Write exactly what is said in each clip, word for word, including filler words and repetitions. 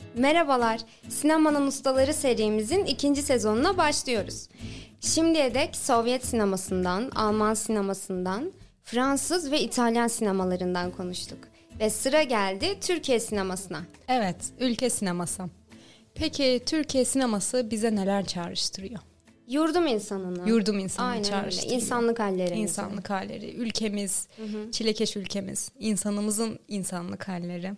Merhabalar, Sinemanın Ustaları serimizin ikinci sezonuna başlıyoruz. Şimdiye dek Sovyet sinemasından, Alman sinemasından, Fransız ve İtalyan sinemalarından konuştuk. Ve sıra geldi Türkiye sinemasına. Evet, ülke sineması. Peki Türkiye sineması bize neler çağrıştırıyor? Yurdum insanını. Yurdum insanını Aynen çağrıştırıyor. öyle. İnsanlık hallerimizi. İnsanlık halleri, ülkemiz, hı hı. çilekeş ülkemiz, insanımızın insanlık halleri.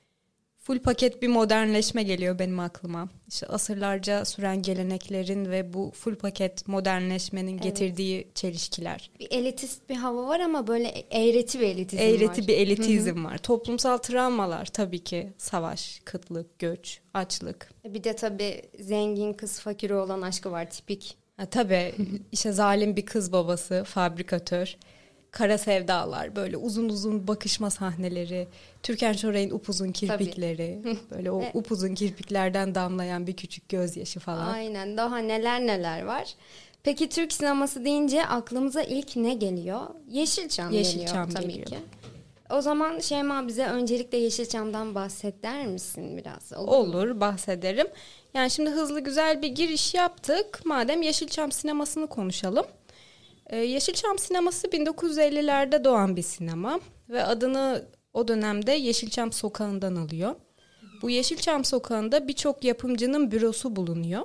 Full paket bir modernleşme geliyor benim aklıma. İşte asırlarca süren geleneklerin ve bu full paket modernleşmenin evet. getirdiği çelişkiler. Bir elitist bir hava var ama böyle eğreti bir elitizm eğreti var. Eğreti bir elitizm Hı-hı. var. Toplumsal travmalar tabii ki. Savaş, kıtlık, göç, açlık. Bir de tabii zengin kız fakiri olan aşkı var tipik. Ha, tabii işte zalim bir kız babası, fabrikatör. Kara sevdalar, böyle uzun uzun bakışma sahneleri, Türkan Şoray'ın upuzun kirpikleri, böyle o upuzun kirpiklerden damlayan bir küçük gözyaşı falan. Aynen, daha neler neler var. Peki Türk sineması deyince aklımıza ilk ne geliyor? Yeşilçam, Yeşilçam geliyor tabii geliyor. ki. O zaman Şeyma bize öncelikle Yeşilçam'dan bahseder misin biraz? Olur, Olur bahsederim. Yani şimdi hızlı güzel bir giriş yaptık. Madem Yeşilçam sinemasını konuşalım. Yeşilçam sineması bin dokuz yüz ellilerde doğan bir sinema ve adını o dönemde Yeşilçam Sokağı'ndan alıyor. Bu Yeşilçam Sokağı'nda birçok yapımcının bürosu bulunuyor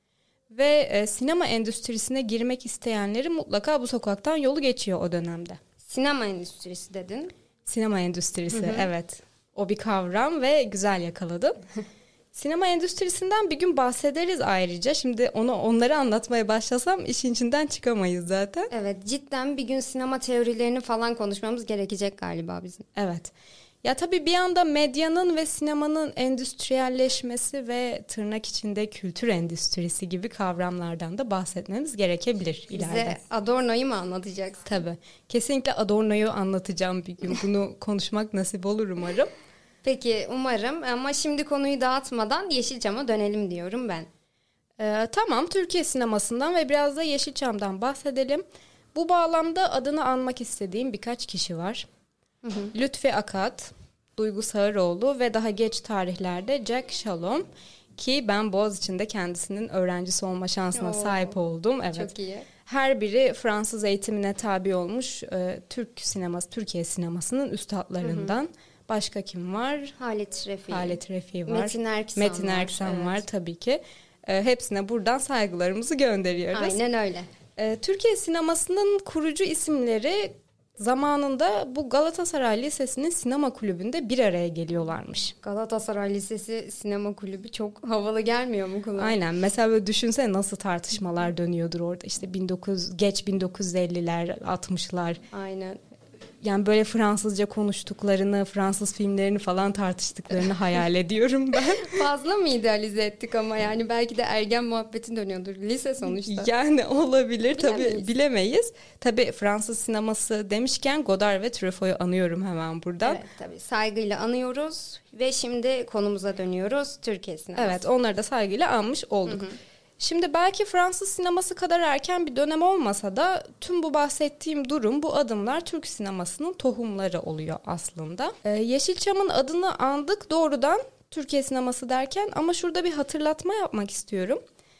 ve e, sinema endüstrisine girmek isteyenleri mutlaka bu sokaktan yolu geçiyor o dönemde. Sinema endüstrisi dedin. Sinema endüstrisi, hı hı. evet. O bir kavram ve güzel yakaladın. Sinema endüstrisinden bir gün bahsederiz ayrıca. Şimdi onu onları anlatmaya başlasam işin içinden çıkamayız zaten. Evet, cidden bir gün sinema teorilerini falan konuşmamız gerekecek galiba bizim. Evet. Ya tabii bir anda medyanın ve sinemanın endüstriyelleşmesi ve tırnak içinde kültür endüstrisi gibi kavramlardan da bahsetmemiz gerekebilir ileride. Bize Adorno'yu mu anlatacaksın? Tabii. Kesinlikle Adorno'yu anlatacağım bir gün. Bunu konuşmak nasip olur umarım. Peki umarım, ama şimdi konuyu dağıtmadan Yeşilçam'a dönelim diyorum ben. Ee, tamam, Türkiye sinemasından ve biraz da Yeşilçam'dan bahsedelim. Bu bağlamda adını anmak istediğim birkaç kişi var. Hı hı. Lütfi Akat, Duygu Sağıroğlu ve daha geç tarihlerde Jack Shalom, ki ben Boğaziçi'nde kendisinin öğrencisi olma şansına Oo, sahip oldum. Evet. Çok iyi. Her biri Fransız eğitimine tabi olmuş e, Türk sineması, Türkiye sinemasının üstadlarından. Hı hı. Başka kim var? Halit Refi. Halit Refi var. Metin Erksan, Metin Erksan var, evet. var tabii ki. E, hepsine buradan saygılarımızı gönderiyoruz. Aynen öyle. E, Türkiye sinemasının kurucu isimleri zamanında bu Galatasaray Lisesi'nin sinema kulübünde bir araya geliyorlarmış. Galatasaray Lisesi sinema kulübü çok havalı gelmiyor mu kulağa? Aynen. Mesela böyle düşünsene nasıl tartışmalar dönüyordur orada. İşte bin dokuz yüz geç bin dokuz yüz elliler, altmışlar. Aynen. Yani böyle Fransızca konuştuklarını, Fransız filmlerini falan tartıştıklarını hayal ediyorum ben. Fazla mı idealize ettik ama yani belki de ergen muhabbetin dönüyordur. Lise sonuçta. Yani olabilir tabii, bilemeyiz. bilemeyiz. Tabii Fransız sineması demişken Godard ve Truffaut'u anıyorum hemen buradan. Evet tabii, saygıyla anıyoruz ve şimdi konumuza dönüyoruz, Türkiye sineması. Evet, onları da saygıyla anmış olduk. Hı hı. Şimdi belki Fransız sineması kadar erken bir dönem olmasa da tüm bu bahsettiğim durum, bu adımlar Türk sinemasının tohumları oluyor aslında. Ee, Yeşilçam'ın adını andık doğrudan Türkiye sineması derken, ama şurada bir hatırlatma yapmak istiyorum.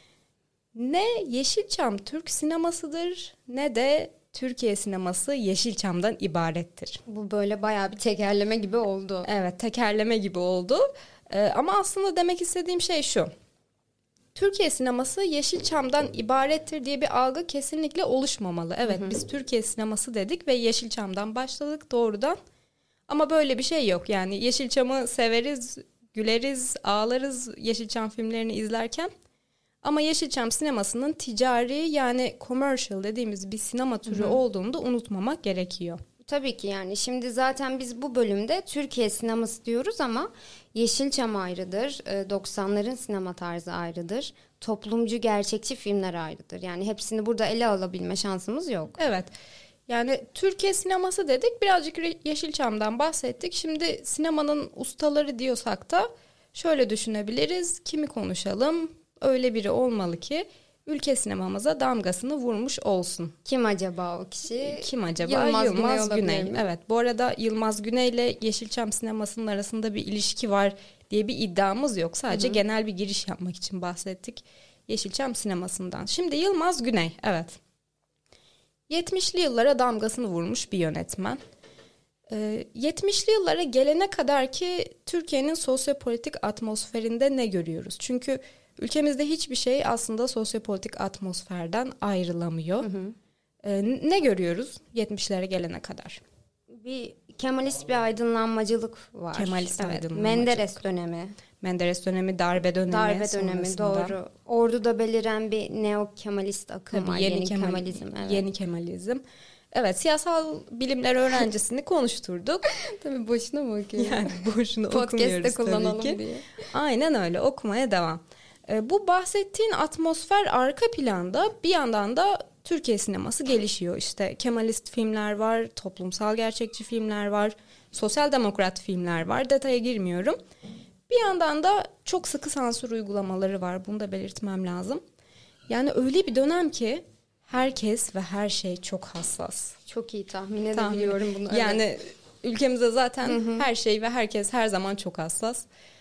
Ne Yeşilçam Türk sinemasıdır ne de Türkiye sineması Yeşilçam'dan ibarettir. Bu böyle bayağı bir tekerleme gibi oldu. Evet, tekerleme gibi oldu. Ee, ama aslında demek istediğim şey şu. Türkiye sineması Yeşilçam'dan ibarettir diye bir algı kesinlikle oluşmamalı. Evet, hı hı. Biz Türkiye sineması dedik ve Yeşilçam'dan başladık doğrudan. Ama böyle bir şey yok. Yani Yeşilçam'ı severiz, güleriz, ağlarız Yeşilçam filmlerini izlerken. Ama Yeşilçam sinemasının ticari, yani commercial dediğimiz bir sinema türü hı hı. olduğunu da unutmamak gerekiyor. Tabii ki, yani şimdi zaten biz bu bölümde Türkiye sineması diyoruz ama Yeşilçam ayrıdır, doksanların sinema tarzı ayrıdır, toplumcu gerçekçi filmler ayrıdır. Yani hepsini burada ele alabilme şansımız yok. Evet, yani Türkiye sineması dedik, birazcık Yeşilçam'dan bahsettik. Şimdi sinemanın ustaları diyorsak da şöyle düşünebiliriz, kimi konuşalım? Öyle biri olmalı ki ülke sinemamıza damgasını vurmuş olsun. Kim acaba o kişi? Kim acaba? Yılmaz, Yılmaz Güney. Güney. Evet. Bu arada Yılmaz Güney ile Yeşilçam sinemasının arasında bir ilişki var. diye bir iddiamız yok. Sadece hı hı. genel bir giriş yapmak için bahsettik Yeşilçam sinemasından. Şimdi Yılmaz Güney, evet. yetmişli yıllara damgasını vurmuş bir yönetmen. Ee, yetmişli yıllara gelene kadar ki Türkiye'nin sosyopolitik atmosferinde ne görüyoruz? Çünkü ülkemizde hiçbir şey aslında sosyopolitik atmosferden ayrılamıyor. Hı hı. Ee, ne görüyoruz yetmişlere gelene kadar? Bir Kemalist bir aydınlanmacılık var. Kemalist evet, aydınlanmacılık. Menderes dönemi. Menderes dönemi, darbe dönemi. Darbe dönemi doğru. Ordu'da beliren bir neo-Kemalist akım Tabii, var. Yeni, yeni Kemal, Kemalizm. Evet. Yeni Kemalizm. Evet, siyasal bilimler öğrencisini konuşturduk. Tabii boşuna mı okuyoruz? Yani boşuna okumuyoruz kullanalım tabii ki. Diye. Aynen öyle, okumaya devam. Ee, bu bahsettiğin atmosfer arka planda, bir yandan da Türkiye sineması gelişiyor. İşte Kemalist filmler var, toplumsal gerçekçi filmler var, sosyal demokrat filmler var. Detaya girmiyorum. Bir yandan da çok sıkı sansür uygulamaları var. Bunu da belirtmem lazım. Yani öyle bir dönem ki herkes ve her şey çok hassas. Çok iyi tahmin edebiliyorum bunu. Evet. Yani ülkemizde zaten hı hı. her şey ve herkes her zaman çok hassas.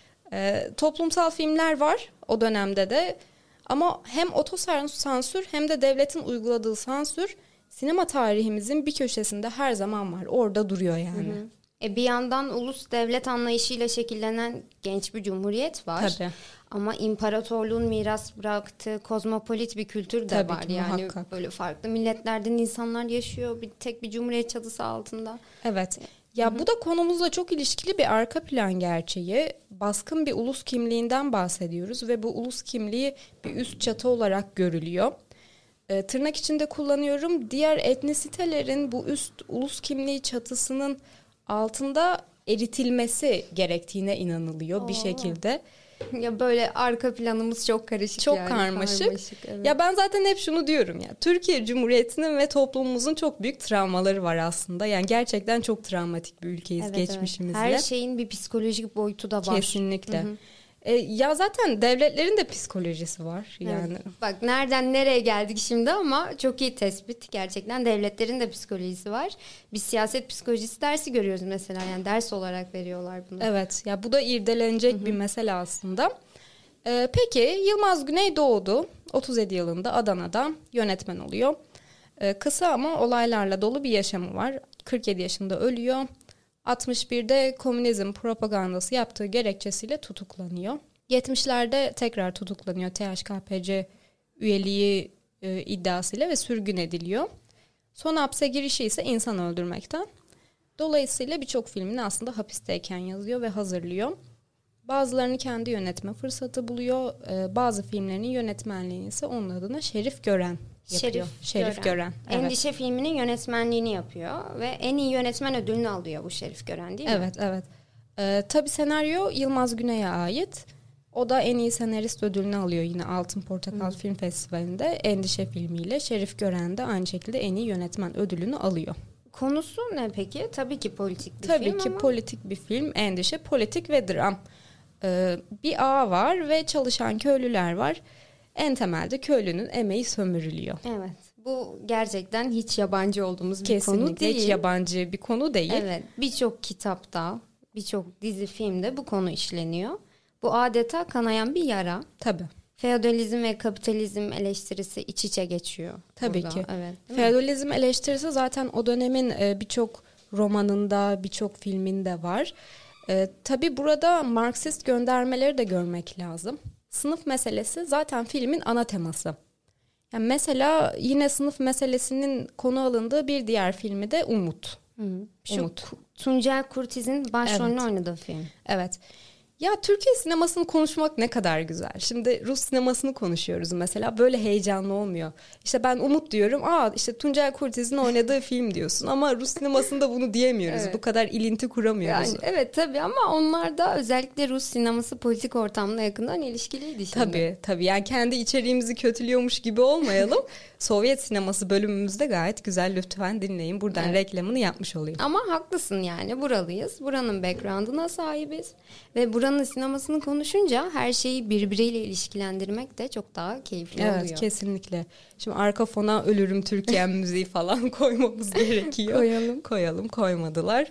Ee, toplumsal filmler var o dönemde de. Ama hem otosansür hem de devletin uyguladığı sansür sinema tarihimizin bir köşesinde her zaman var. Orada duruyor yani. Hı hı. E bir yandan ulus devlet anlayışıyla şekillenen genç bir cumhuriyet var. Tabii. Ama imparatorluğun miras bıraktığı kozmopolit bir kültür de Tabii var. ki, yani muhakkak. Böyle farklı milletlerden insanlar yaşıyor bir tek bir cumhuriyet çatısı altında. Evet. Ya Hı-hı. bu da konumuzla çok ilişkili bir arka plan gerçeği. Baskın bir ulus kimliğinden bahsediyoruz ve bu ulus kimliği bir üst çatı olarak görülüyor. E, tırnak içinde kullanıyorum. Diğer etnisitelerin bu üst ulus kimliği çatısının altında eritilmesi gerektiğine inanılıyor Oo. bir şekilde. Ya böyle arka planımız çok karışık. Çok yani. karmaşık. karmaşık evet. Ya ben zaten hep şunu diyorum ya. Türkiye Cumhuriyeti'nin ve toplumumuzun çok büyük travmaları var aslında. Yani gerçekten çok travmatik bir ülkeyiz evet, geçmişimizle. Evet. Her şeyin bir psikolojik boyutu da var. Kesinlikle. Hı hı. E, ya zaten devletlerin de psikolojisi var yani. Evet. Bak nereden nereye geldik şimdi ama çok iyi tespit. Gerçekten devletlerin de psikolojisi var. Biz siyaset psikolojisi dersi görüyoruz mesela yani ders olarak veriyorlar bunu. Evet ya bu da irdelenecek Hı-hı. bir mesele aslında. Ee, peki Yılmaz Güney doğdu. otuz yedi yılında Adana'da yönetmen oluyor. Ee, kısa ama olaylarla dolu bir yaşamı var. kırk yedi yaşında ölüyor. altmış birde komünizm propagandası yaptığı gerekçesiyle tutuklanıyor. yetmişlerde tekrar tutuklanıyor. T H K P C üyeliği e, iddiasıyla ve sürgün ediliyor. Son hapse girişi ise insan öldürmekten. Dolayısıyla birçok filmini aslında hapisteyken yazıyor ve hazırlıyor. Bazılarını kendi yönetme fırsatı buluyor. Ee, bazı filmlerinin yönetmenliğini ise onun adına Şerif Gören yapıyor. Şerif, Şerif Gören. Gören. Evet. Endişe filminin yönetmenliğini yapıyor ve en iyi yönetmen ödülünü alıyor bu Şerif Gören değil mi? Evet, evet. Ee, tabii senaryo Yılmaz Güney'e ait. O da en iyi senarist ödülünü alıyor yine Altın Portakal Hı. Film Festivali'nde Endişe filmiyle. Şerif Gören de aynı şekilde en iyi yönetmen ödülünü alıyor. Konusu ne peki? Tabii ki politik bir Tabii film ki ama... politik bir film. Endişe, politik ve dram. Ee, bir ağa var ve çalışan köylüler var. En temelde köylünün emeği sömürülüyor. Evet. Bu gerçekten hiç yabancı olduğumuz bir Kesinlikle konu değil. hiç yabancı bir konu değil. Evet. Birçok kitapta, birçok dizi filmde bu konu işleniyor. Bu adeta kanayan bir yara. Tabii. Feodalizm ve kapitalizm eleştirisi iç içe geçiyor. Tabii burada. ki. Evet, Feodalizm eleştirisi zaten o dönemin birçok romanında, birçok filminde var. Ee, tabii burada Marksist göndermeleri de görmek lazım. Sınıf meselesi zaten filmin ana teması. Yani mesela yine sınıf meselesinin konu alındığı bir diğer filmi de Umut. Hı. Şu Umut. Tuncel Kurtiz'in başrolünü Evet. oynadığı film. Evet. Ya Türkiye sinemasını konuşmak ne kadar güzel. Şimdi Rus sinemasını konuşuyoruz mesela. Böyle heyecanlı olmuyor. İşte ben Umut diyorum. Aa işte Tuncel Kurtiz'in oynadığı film diyorsun. Ama Rus sinemasında bunu diyemiyoruz. Evet. Bu kadar ilinti kuramıyoruz. Yani, evet tabii ama onlar da özellikle Rus sineması politik ortamla yakından ilişkiliydi şimdi. Tabii tabii. Yani kendi içeriğimizi kötülüyormuş gibi olmayalım. Sovyet sineması bölümümüzde gayet güzel, lütfen dinleyin. Buradan evet. reklamını yapmış olayım. Ama haklısın yani, buralıyız. Buranın background'ına sahibiz. Ve buranın sinemasını konuşunca her şeyi birbiriyle ilişkilendirmek de çok daha keyifli evet, oluyor. Evet kesinlikle. Şimdi arka fona Ölürüm Türkiye'm müziği falan koymamız gerekiyor. Koyalım. Koyalım, koymadılar. Evet.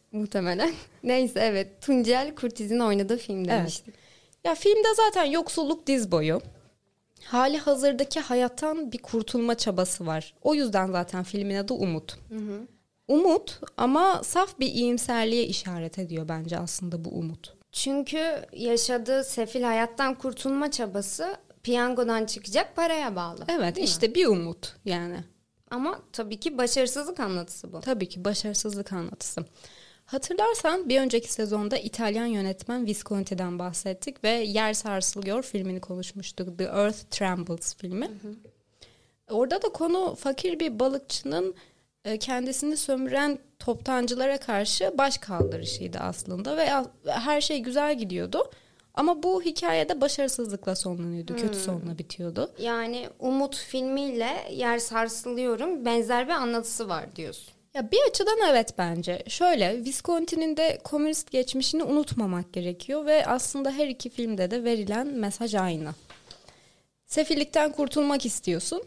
Muhtemelen. Neyse evet. Tuncel Kurtiz'in oynadığı film demiştik. Evet. Ya filmde zaten yoksulluk diz boyu. Hali hazırdaki hayattan bir kurtulma çabası var. O yüzden zaten filmin adı Umut. Hı hı. Umut ama saf bir iyimserliğe işaret ediyor bence aslında bu umut. Çünkü yaşadığı sefil hayattan kurtulma çabası piyangodan çıkacak paraya bağlı. Evet işte mi? Bir umut yani. Ama tabii ki başarısızlık anlatısı bu. Tabii ki başarısızlık anlatısı. Hatırlarsan bir önceki sezonda İtalyan yönetmen Visconti'den bahsettik ve Yer Sarsılıyor filmini konuşmuştuk. The Earth Trembles filmi. Hı hı. Orada da konu fakir bir balıkçının kendisini sömüren toptancılara karşı baş kaldırışıydı aslında ve her şey güzel gidiyordu. Ama bu hikayede başarısızlıkla sonlanıyordu, hmm. kötü sonla bitiyordu. Yani Umut filmiyle Yer Sarsılıyorum benzer bir anlatısı var diyorsun. Ya bir açıdan evet bence. Şöyle, Visconti'nin de komünist geçmişini unutmamak gerekiyor ve aslında her iki filmde de verilen mesaj aynı. Sefillikten kurtulmak istiyorsun.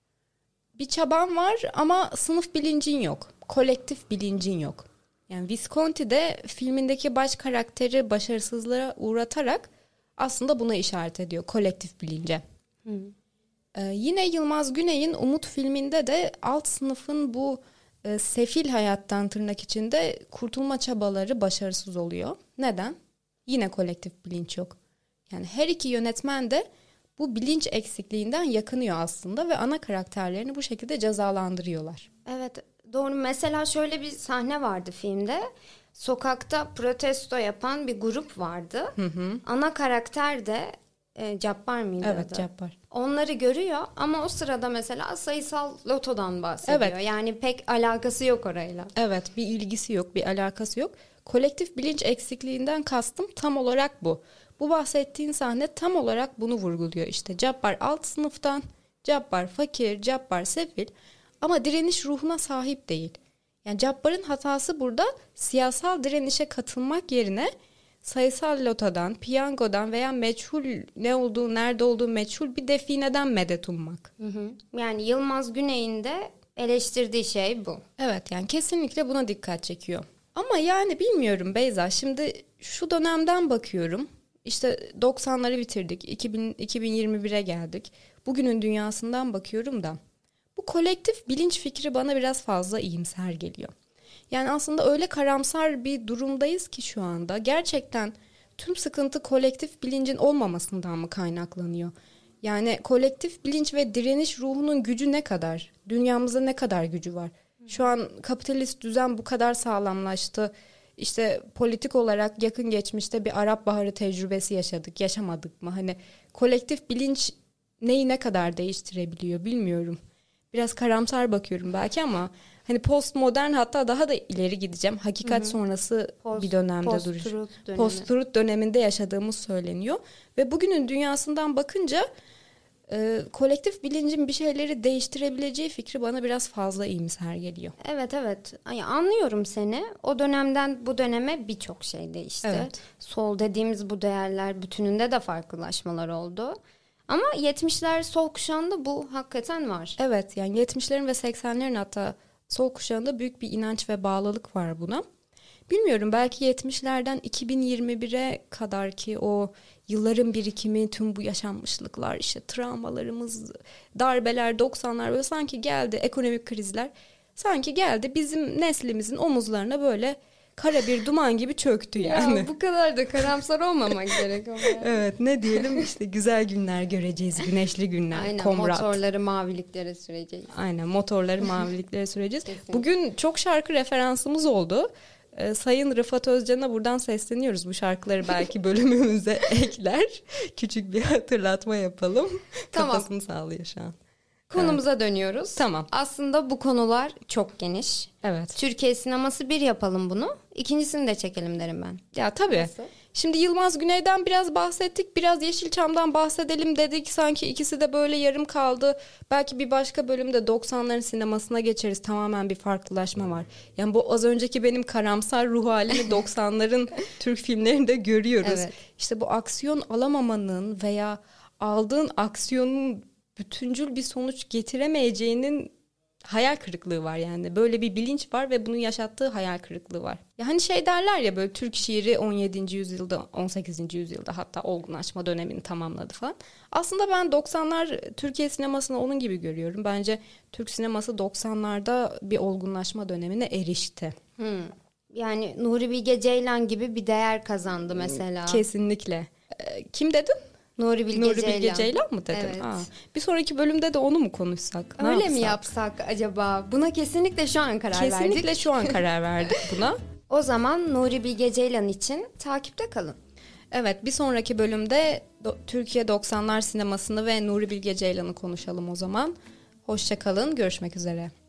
Bir çaban var ama sınıf bilincin yok. Kolektif bilincin yok. Yani Visconti de filmindeki baş karakteri başarısızlığa uğratarak aslında buna işaret ediyor. Kolektif bilince. Hmm. Ee, yine Yılmaz Güney'in Umut filminde de alt sınıfın bu e, sefil hayattan tırnak içinde kurtulma çabaları başarısız oluyor. Neden? Yine kolektif bilinç yok. Yani her iki yönetmen de bu bilinç eksikliğinden yakınıyor aslında ve ana karakterlerini bu şekilde cezalandırıyorlar. Evet doğru. Mesela şöyle bir sahne vardı filmde. Sokakta protesto yapan bir grup vardı. Hı hı. Ana karakter de e, Cabbar mıydı Evet adı? Cabbar. Onları görüyor ama o sırada mesela sayısal lotodan bahsediyor. Evet. Yani pek alakası yok orayla. Evet bir ilgisi yok, bir alakası yok. Kolektif bilinç eksikliğinden kastım tam olarak bu. Bu bahsettiğin sahne tam olarak bunu vurguluyor. İşte Cabbar alt sınıftan, Cabbar fakir, Cabbar sefil ama direniş ruhuna sahip değil. Yani Cabbar'ın hatası burada siyasal direnişe katılmak yerine sayısal lotodan, piyangodan veya meçhul ne olduğu, nerede olduğu meçhul bir defineden medet ummak. Hı hı. Yani Yılmaz Güney'in de eleştirdiği şey bu. Evet yani kesinlikle buna dikkat çekiyor. Ama yani bilmiyorum Beyza, şimdi şu dönemden bakıyorum. İşte doksanları bitirdik, iki bin, iki bin yirmi bire geldik. Bugünün dünyasından bakıyorum da bu kolektif bilinç fikri bana biraz fazla iyimser geliyor. Yani aslında öyle karamsar bir durumdayız ki şu anda gerçekten tüm sıkıntı kolektif bilincin olmamasından mı kaynaklanıyor? Yani kolektif bilinç ve direniş ruhunun gücü ne kadar? Dünyamızda ne kadar gücü var? Şu an kapitalist düzen bu kadar sağlamlaştı. İşte politik olarak yakın geçmişte bir Arap Baharı tecrübesi yaşadık, yaşamadık mı? Hani kolektif bilinç neyi ne kadar değiştirebiliyor bilmiyorum. Biraz karamsar bakıyorum belki ama hani postmodern, hatta daha da ileri gideceğim. Hakikat hı hı. sonrası Post, bir dönemde duruş. Dönemi. Post-truth döneminde yaşadığımız söyleniyor. Ve bugünün dünyasından bakınca e, kolektif bilincin bir şeyleri değiştirebileceği fikri bana biraz fazla iyimser geliyor. Evet evet. Ay, anlıyorum seni. O dönemden bu döneme birçok şey değişti. Evet. Sol dediğimiz bu değerler bütününde de farklılaşmalar oldu. Ama yetmişler sol kuşağında bu hakikaten var. Evet yani yetmişlerin ve seksenlerin hatta sol kuşağında büyük bir inanç ve bağlılık var buna. Bilmiyorum, belki yetmişlerden iki bin yirmi bire kadar ki o yılların birikimi, tüm bu yaşanmışlıklar, işte travmalarımız, darbeler, doksanlar böyle sanki geldi, ekonomik krizler sanki geldi bizim neslimizin omuzlarına böyle kara bir duman gibi çöktü yani. Ya bu kadar da karamsar olmamak gerek ama. Yani. Evet ne diyelim işte güzel günler göreceğiz, güneşli günler. Aynen komrat. Motorları maviliklere süreceğiz. Aynen motorları maviliklere süreceğiz. Bugün çok şarkı referansımız oldu. Ee, Sayın Rıfat Özcan'a buradan sesleniyoruz. Bu şarkıları belki bölümümüze ekler. Küçük bir hatırlatma yapalım. Tamam. Kafasını sağlıyor şu an. Konumuza evet. dönüyoruz. Tamam. Aslında bu konular çok geniş. Evet. Türkiye sineması bir yapalım bunu. İkincisini de çekelim derim ben. Ya tabii. Nasıl? Şimdi Yılmaz Güney'den biraz bahsettik. Biraz Yeşilçam'dan bahsedelim dedik. Sanki ikisi de böyle yarım kaldı. Belki bir başka bölümde doksanların sinemasına geçeriz. Tamamen bir farklılaşma var. Yani bu az önceki benim karamsar ruh halini doksanların Türk filmlerinde görüyoruz. Evet. İşte bu aksiyon alamamanın veya aldığın aksiyonun bütüncül bir sonuç getiremeyeceğinin hayal kırıklığı var yani. Böyle bir bilinç var ve bunun yaşattığı hayal kırıklığı var. Ya hani şey derler ya, böyle Türk şiiri on yedinci yüzyılda, on sekizinci yüzyılda hatta olgunlaşma dönemini tamamladı falan. Aslında ben doksanlar Türkiye sinemasını onun gibi görüyorum. Bence Türk sineması doksanlarda bir olgunlaşma dönemine erişti. Hmm. Yani Nuri Bilge Ceylan gibi bir değer kazandı mesela. Kesinlikle. Ee, kim dedin? Nuri Bilge Nuri Ceylan. Bilge Ceylan mı dedin? Evet. Aa, bir sonraki bölümde de onu mu konuşsak? Ne Öyle yapsak? mi yapsak acaba? Buna kesinlikle şu an karar Kesinlikle verdik. Kesinlikle şu an karar verdik buna. O zaman Nuri Bilge Ceylan için takipte kalın. Evet, bir sonraki bölümde do- Türkiye doksanlar sinemasını ve Nuri Bilge Ceylan'ı konuşalım o zaman. Hoşça kalın, görüşmek üzere.